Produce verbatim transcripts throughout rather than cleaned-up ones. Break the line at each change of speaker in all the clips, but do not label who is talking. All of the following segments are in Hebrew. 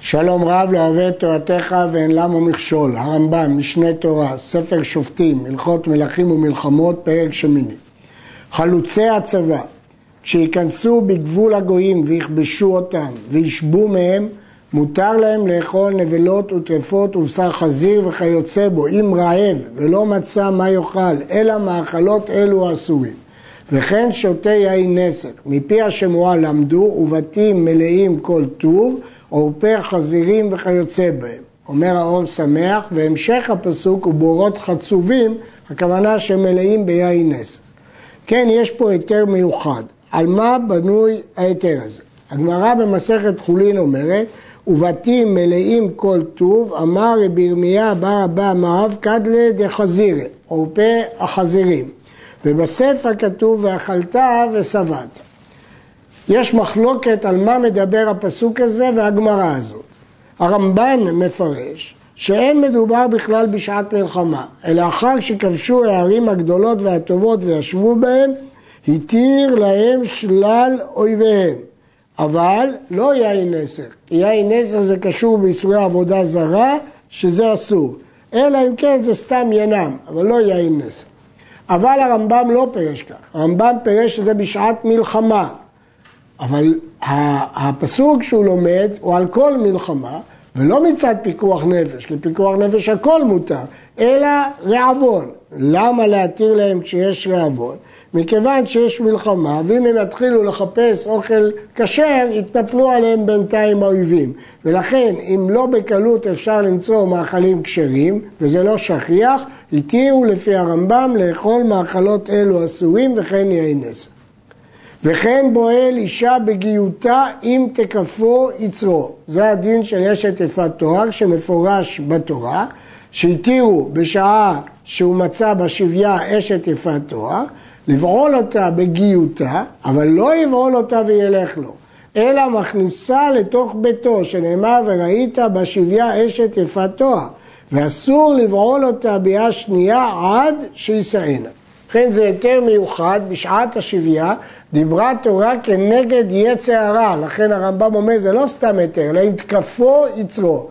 שלום רב לא אוהב את תורתך ואין למה מכשול. הרמב"ם, משנה תורה, ספר שופטים, הלכות מלכים ומלחמות, פרק שמיני. חלוצי הצבא, כשיכנסו בגבול הגויים ויכבשו אותם וישבו מהם, מותר להם לאכול נבלות וטרפות ובשר חזיר וכיוצא בו, אם רעב ולא מצא מה יאכל, אלא מאכלות אלו אסורים. וכן שותה יין נסך, מפי השמועה למדו, ובתים מלאים כל טוב, או פה חזירים וכיוצא בהם. אומר האור שמח, והמשך הפסוק הוא בורות חצובים, הכוונה שמלאים ביין נסך. כן, יש פה היתר מיוחד. על מה בנוי היתר הזה? הגמרא במסכת חולין אומרת, ובתים מלאים כל טוב, אמר רבי ירמיה בר אבא מאב קדלה דחזירה, או פה החזירים. ובספר כתוב ואכלת ושבעת. יש מחלוקת על מה מדבר הפסוק הזה והגמרא הזאת. הרמב"ן מפרש שאין מדובר בכלל בשעת מלחמה, אלא אחר שכבשו הערים הגדולות והטובות וישבו בהם, התיר להם שלל אויביהם. אבל לא יין נסך. יין נסך זה קשור בישראל עבודה זרה, שזה אסור. אלא אם כן זה סתם ינם, אבל לא יין נסך. אבל הרמב"ם לא פירש כך. הרמב"ם פירש שזה בשעת מלחמה. אבל הפסוק שהוא לומד הוא על כל מלחמה, ולא מצד פיקוח נפש, כי פיקוח נפש הכל מותר, אלא רעבון. למה להתיר להם כשיש רעבון? מכיוון שיש מלחמה, ואם הם יתחילו לחפש אוכל כשר, יתנפלו עליהם בינתיים האויבים. ולכן, אם לא בקלות אפשר למצוא מאכלים כשרים, וזה לא שכיח, התירו לפי הרמב"ם לאכול מאכלות אלו אסורים, וכן יין נסך. וכן בועל אישה בגיותה אם תקפו יצרו. זה הדין של אשת יפת תואר שמפורש בתורה, שהתירו בשעה שהוא מצא בשביה אשת יפת תואר, לבעול אותה בגיותה, אבל לא יבעול אותה וילך לו, אלא מכניסה לתוך ביתו, שנאמר וראית בשביה אשת יפת תואר, ואסור לבעול אותה ביד שנייה עד שישאנה. לכן זה יותר מיוחד, בשעת השביה דיברה תורה כנגד יצר הרע, לכן הרמב"ם אומר זה לא סתם היתר, אלא אם תקפו יצרו,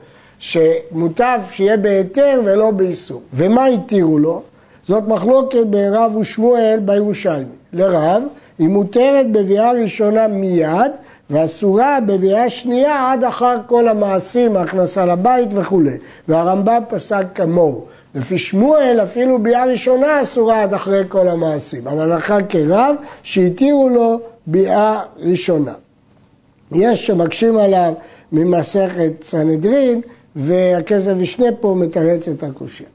שמוטב שיהיה בהיתר ולא באיסור. ומה התירו לו? זאת מחלוקת ברב ושמואל בירושלמי. לרב היא מותרת בביאה ראשונה מיד, ואסורה בביאה שנייה עד אחר כל המעשים, ההכנסה לבית וכו'. והרמב"ם פסק כמוהו. לפי שמואל אפילו ביאה ראשונה אסורה עד אחרי כל המעשים, אבל אחר כרב שהתירו לו ביאה ראשונה. יש שמקשים עליו ממסכת סנהדרין, והכסף משנה פה מתרץ את הקושיה.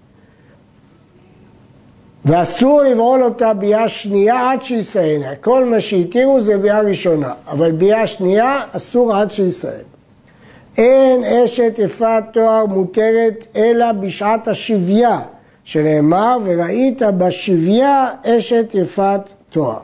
ואסור לבעול אותה ביאה שנייה עד שישאנה. כל מה שהתירו זה ביאה ראשונה, אבל ביאה שנייה אסור עד שישאנה. אין אשת יפת תואר מותרת אלא בשעת השביה, שנאמר וראית בשביה אשת יפת תואר.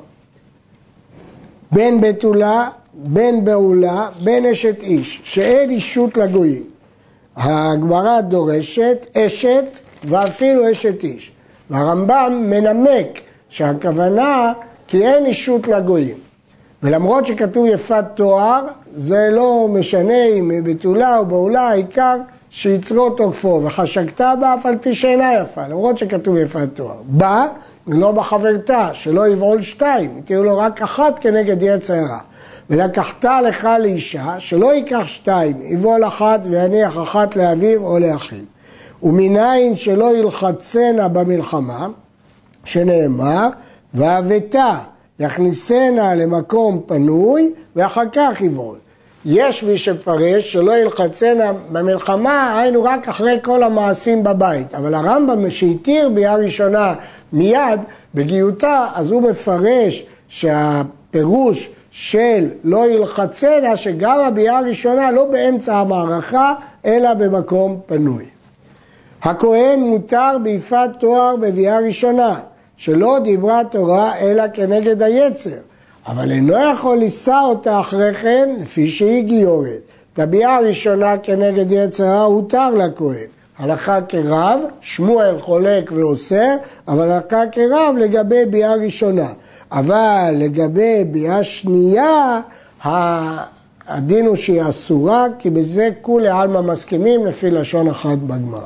בין בתולה, בין בעולה, בין אשת איש, שאין אישות לגויים. הגמרא דורשת אשת ואפילו אשת איש. והרמב"ם מנמק שהכוונה כי אין אישות לגויים. ולמרות שכתוב יפת תואר, זה לא משנה אם בתולה או בעולה, העיקר שיצרו תוקפו, וחשקתה בה אף על פי שאינה יפה, למרות שכתוב יפת תואר. בה, ולא בחברתה, שלא יבעול שתיים, תראו לו רק אחת כנגד יצר הרע. ולקחתה לך לאישה, שלא ייקח שתיים, יבעול אחת ויניח אחת לאביו או לאחיו. ומניין שלא ילחצנה במלחמה, שנאמר, והבתה, יכניסנה למקום פנוי ואחר כך יבעול. יש מי שפרש שלא ילחצנה במלחמה, היינו רק אחרי כל המעשים בבית. אבל הרמב"ם שהתיר ביאה ראשונה מיד בגיותה, אז הוא מפרש שהפירוש של לא ילחצנה, שגם הביאה הראשונה לא באמצע המערכה, אלא במקום פנוי. הכהן מותר ביפת תואר בביאה ראשונה, שלא דיברה תורה אלא כנגד היצר, אבל אינו יכול לישא אותה אחרי כן לפי שהיא גיורת. את הביאה הראשונה כנגד יצרה הותר לכהן. הלכה כרב, שמואל חולק ואוסר, אבל הלכה כרב לגבי ביאה ראשונה. אבל לגבי ביאה שנייה, הדין הוא שהיא אסורה, כי בזה כולי עלמא מסכימים לפי לשון אחת בגמרא.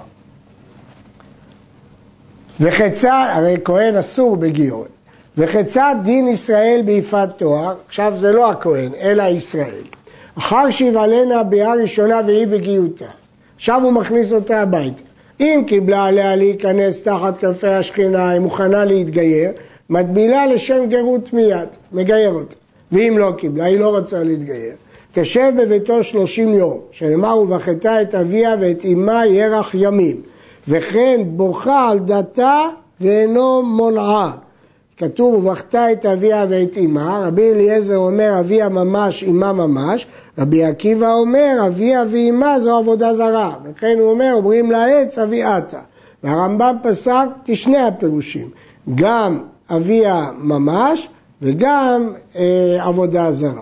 וחצה, הרי כהן אסור בגיור. וחצה דין ישראל ביפת תואר, עכשיו זה לא הכהן, אלא ישראל. אחר שיבלנה ביאה ראשונה והיא בגיותה. עכשיו הוא מכניס אותה הביתה. אם קיבלה עליה להיכנס תחת כנפי השכינה, היא מוכנה להתגייר, מטבילה לשם גרות מיד, מגייר אותה. ואם לא קיבלה, היא לא רוצה להתגייר. תשב בביתו שלושים יום, שנאמר ובכתה את אביה ואת אמה ירח ימים. וכן בוכה על דתה ואינו מונעה. כתוב ובכתה את אביה ואת אמה, רבי אליעזר אומר אביה ממש, אמה ממש, רבי עקיבא אומר אביה ואמה זו עבודה זרה, וכן הוא אומר אומרים לעץ אביאתה, והרמב"ם פסק כשני הפירושים, גם אביה ממש וגם אה, עבודה זרה.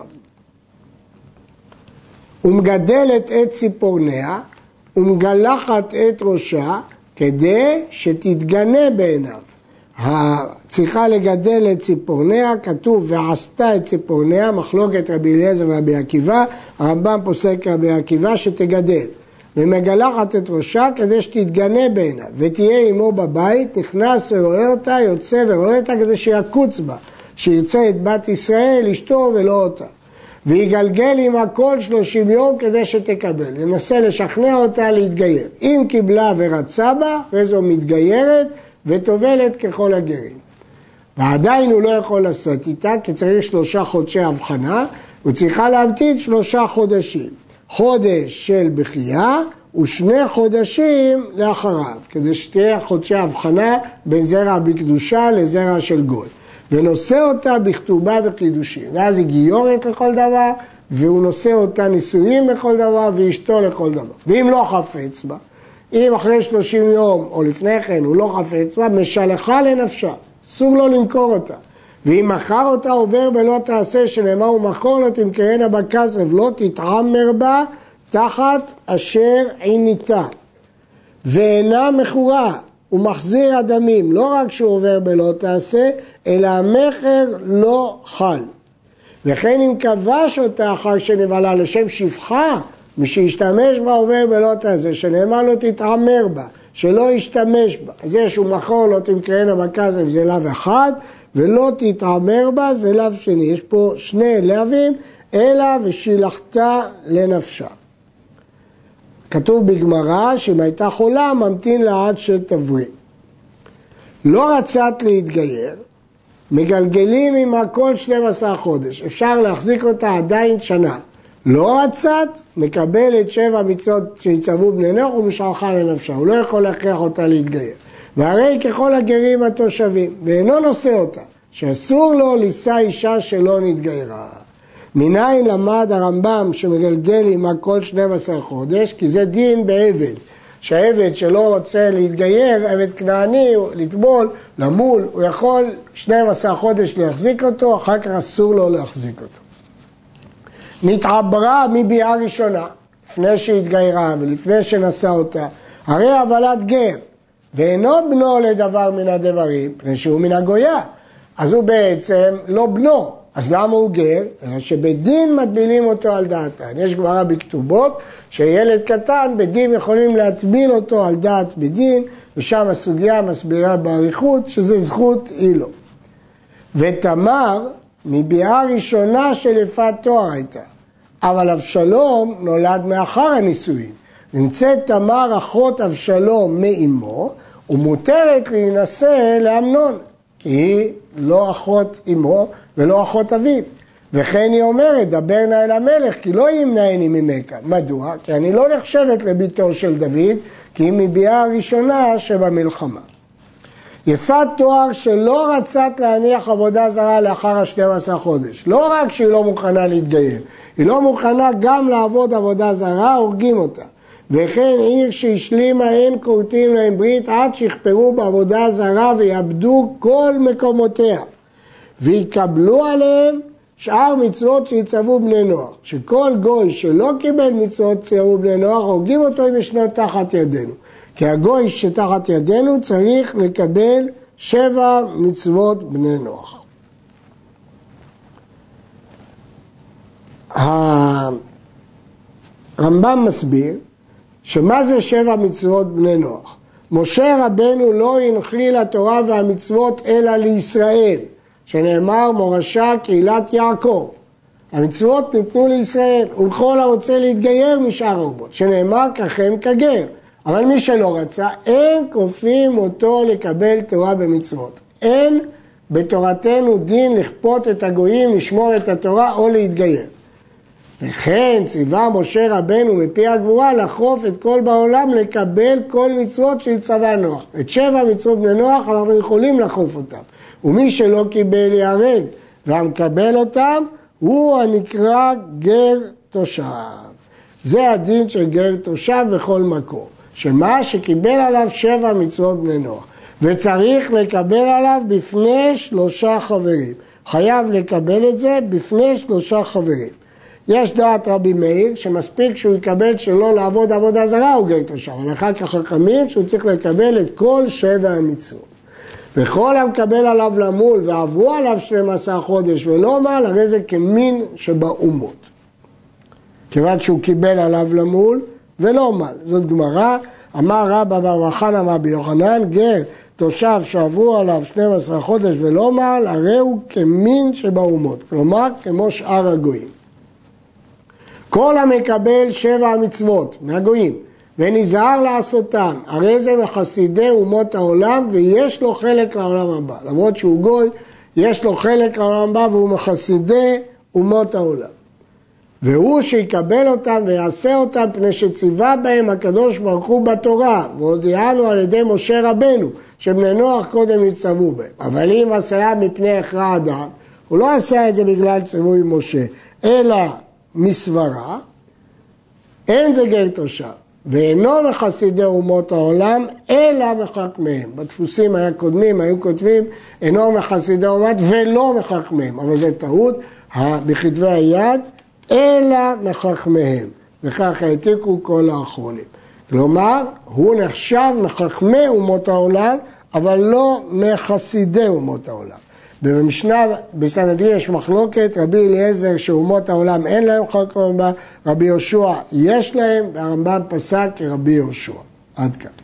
ומגדלת את ציפורניה ומגלחת את ראשה כדי שתתגנה בעיניו. צריכה לגדל את ציפורניה, כתוב ועשתה את ציפורניה, מחלוקת רבי אליעזר ורבי עקיבא, הרמב"ם פוסק רבי עקיבא שתגדל. ומגלחת את ראשה כדי שתתגנה בעיניו, ותהיה עמו בבית, נכנס ורואה אותה, יוצא ורואה אותה כדי שיקוץ בה, שירצה את בת ישראל, אשתו ולא אותה. ויגלגל עמה כל שלושים יום כדי שתקבל, ינסה לשכנע אותה להתגייר. אם קיבלה ורצה בה, וזו מתגיירת, וטובלת ככל הגרים. ועדיין הוא לא יכול לעשות איתה, כי צריך שלושה חודשי הבחנה, הוא צריכה להמתין שלושה חודשים. חודש של בחייה ושני חודשים לאחריו, כדי שתהיה חודשי הבחנה בין זרע בקדושה לזרע של גוי. ונושא אותה בכתובה וקידושים. ואז היא גיורת לכל דבר, והוא נושא אותה נישואים לכל דבר, ואשתו לכל דבר. ואם לא חפץ בה, אם אחרי שלושים יום או לפני כן הוא לא חפץ בה, משלחה לנפשה, אסור לו למכור אותה. ואם מכר אותה עובר בלא תעשה, שנאמר ומכור לא תמכרנה בכסף, לא תתעמר בה תחת אשר עיניתה. ואינה מכורה, הוא מחזיר הדמים, לא רק שהוא עובר בלא תעשה, אלא המכר לא חל. וכן אם כבש אותה אחר שנבעלה לשם שפחה, מי שישתמש בה עובר בלא תעשה, שנאמר לא תתעמר בה, שלא ישתמש בה. אז יש הוא מכור לא תמכרנה בכסף, זה לאו אחד, ולא תתעמר בה, זה לאו שני. יש פה שני לאווים, אלא ושילחתה לנפשה. כתוב בגמרא שאם הייתה חולה, ממתין לה עד שתבריא. לא רצת להתגייר, מגלגלים עמה כל שנים עשר חודש. אפשר להחזיק אותה עדיין שנה. לא רצת, מקבל את שבע מצוות שיצוו בני נוח ומשלחה לנפשה. הוא לא יכול להכריח אותה להתגייר. והרי ככל הגרים התושבים, ואינו נושא אותה, שאסור לו לישא אישה שלא נתגיירה. מניין למד הרמב"ם שמגלגל עמה כל שנים עשר חודש, כי זה דין בעבד. שהעבד שלא רוצה להתגייר, עבד כנעני, לטבול, למול, הוא יכול שנים עשר חודש להחזיק אותו, אחר כך אסור לו להחזיק אותו. נתעברה מביאה ראשונה, לפני שהתגיירה ולפני שנשא אותה, הרי הבלת גר, ואינו בנו לדבר מן הדברים, פני שהוא מן הגויה, אז הוא בעצם לא בנו, אז למה הוא גר? אלא שבדין מטבילים אותו על דעתן. יש גמרא בכתובות שילד קטן בדין יכולים להטביל אותו על דעת בדין, ושם הסוגיה מסבירה באריכות שזה זכות אילו. ותמר מביאה ראשונה של יפת תואר הייתה, אבל אבשלום נולד מאחר הנישואין. נמצאת תמר אחות אבשלום מאמו, ומותרת להינשא לאמנון, כי היא לא אחות אמו ולא אחות אביו. וכן היא אומרת, דבר נא אל המלך, כי לא ימנעני ממך. מדוע? כי אני לא נחשבת לביתו של דוד, כי היא מביאה הראשונה שבמלחמה. יפת תואר שלא רצת להניח עבודה זרה לאחר ה-שנים עשר חודש. לא רק שהיא לא מוכנה להתגייר, היא לא מוכנה גם לעבוד עבודה זרה, הורגים אותה. וכן עיר שהשלימה אין כורתים להם ברית עד שיכפרו בעבודה זרה ויאבדו כל מקומותיה. ויקבלו עליהם שאר מצוות שיצוו בני נוח. שכל גוי שלא קיבל מצוות שיצוו בני נוח, הורגים אותו אם ישנו תחת ידינו. כי הגוי שתחת ידינו צריך לקבל שבע מצוות בני נוח. רמב"ם מסביר שמה זה שבע מצוות בני נוח? משה רבנו לא הנחיל התורה והמצוות אלא לישראל, שנאמר מורשה קהילת יעקב. המצוות ניתנו לישראל, ולכל הרוצה להתגייר משאר האומות, שנאמר ככם כגר. אבל מי שלא רצה, אין כופים אותו לקבל תורה במצוות. אין בתורתנו דין לכפות את הגויים לשמור את התורה או להתגייר. וכן ציווה משה רבנו מפי הגבורה לחרוף את כל בעולם לקבל כל מצוות שהצווה נוח. את שבע מצוות בני נוח אנחנו יכולים לחרוף אותם. ומי שלא קיבל יהרג והמקבל אותם הוא הנקרא גר תושב. זה הדין של גר תושב בכל מקום. שמה שקיבל עליו שבע מצוות בני נוח. וצריך לקבל עליו בפני שלושה חברים. חייב לקבל את זה בפני שלושה חברים. יש דעת רבי מאיר שמספיק שהוא יקבל שלא לעבוד עבודה זרה הוא גר תושב. אבל אחר כך חכמים שהוא צריך לקבל את כל שבע המצוות. וכל המקבל עליו למול ועברו עליו שנים עשר חודש ולא מעל, הרי זה כמין שבאומות. כיוון שהוא קיבל עליו למול ולא מעל. זאת גמרא, אמר רבא בר חנא אמר רבי יוחנן, גר תושב שעברו עליו שנים עשר חודש ולא מעל, הרי הוא כמין שבאומות. כלומר, כמו שאר הגויים. כל המקבל שבע המצוות מהגויים ונזהר לעשותם, הרי זה מחסידי אומות העולם ויש לו חלק לעולם הבא. למרות שהוא גוי, יש לו חלק לעולם הבא והוא מחסידי אומות העולם. והוא שיקבל אותם ויעשה אותם פני שציווה בהם הקדוש ברוך הוא בתורה, והודיענו על ידי משה רבנו, שבני נוח קודם יצטוו בהם. אבל אם עשה מפני הכרע אדם, הוא לא עשה את זה בגלל ציווי משה, אלא מסברה, אין זה גר תושב. ואינו מחסידי אומות העולם, אלא מחכמיהם. בדפוסים היה קודמים, היו כותבים, אינו מחסידי אומות ולא מחכמיהם. אבל זה טעות, בכתבי היד, אלא מחכמיהם. וכך העתיקו כל האחרונים. כלומר, הוא נחשב מחכמי אומות העולם, אבל לא מחסידי אומות העולם. במשנה, בסנהדרין יש מחלוקת, רבי אליעזר שאומות העולם אין להם חלק רבה, רבי יהושע יש להם, והרמב"ם פסק כרבי יהושע. עד כאן.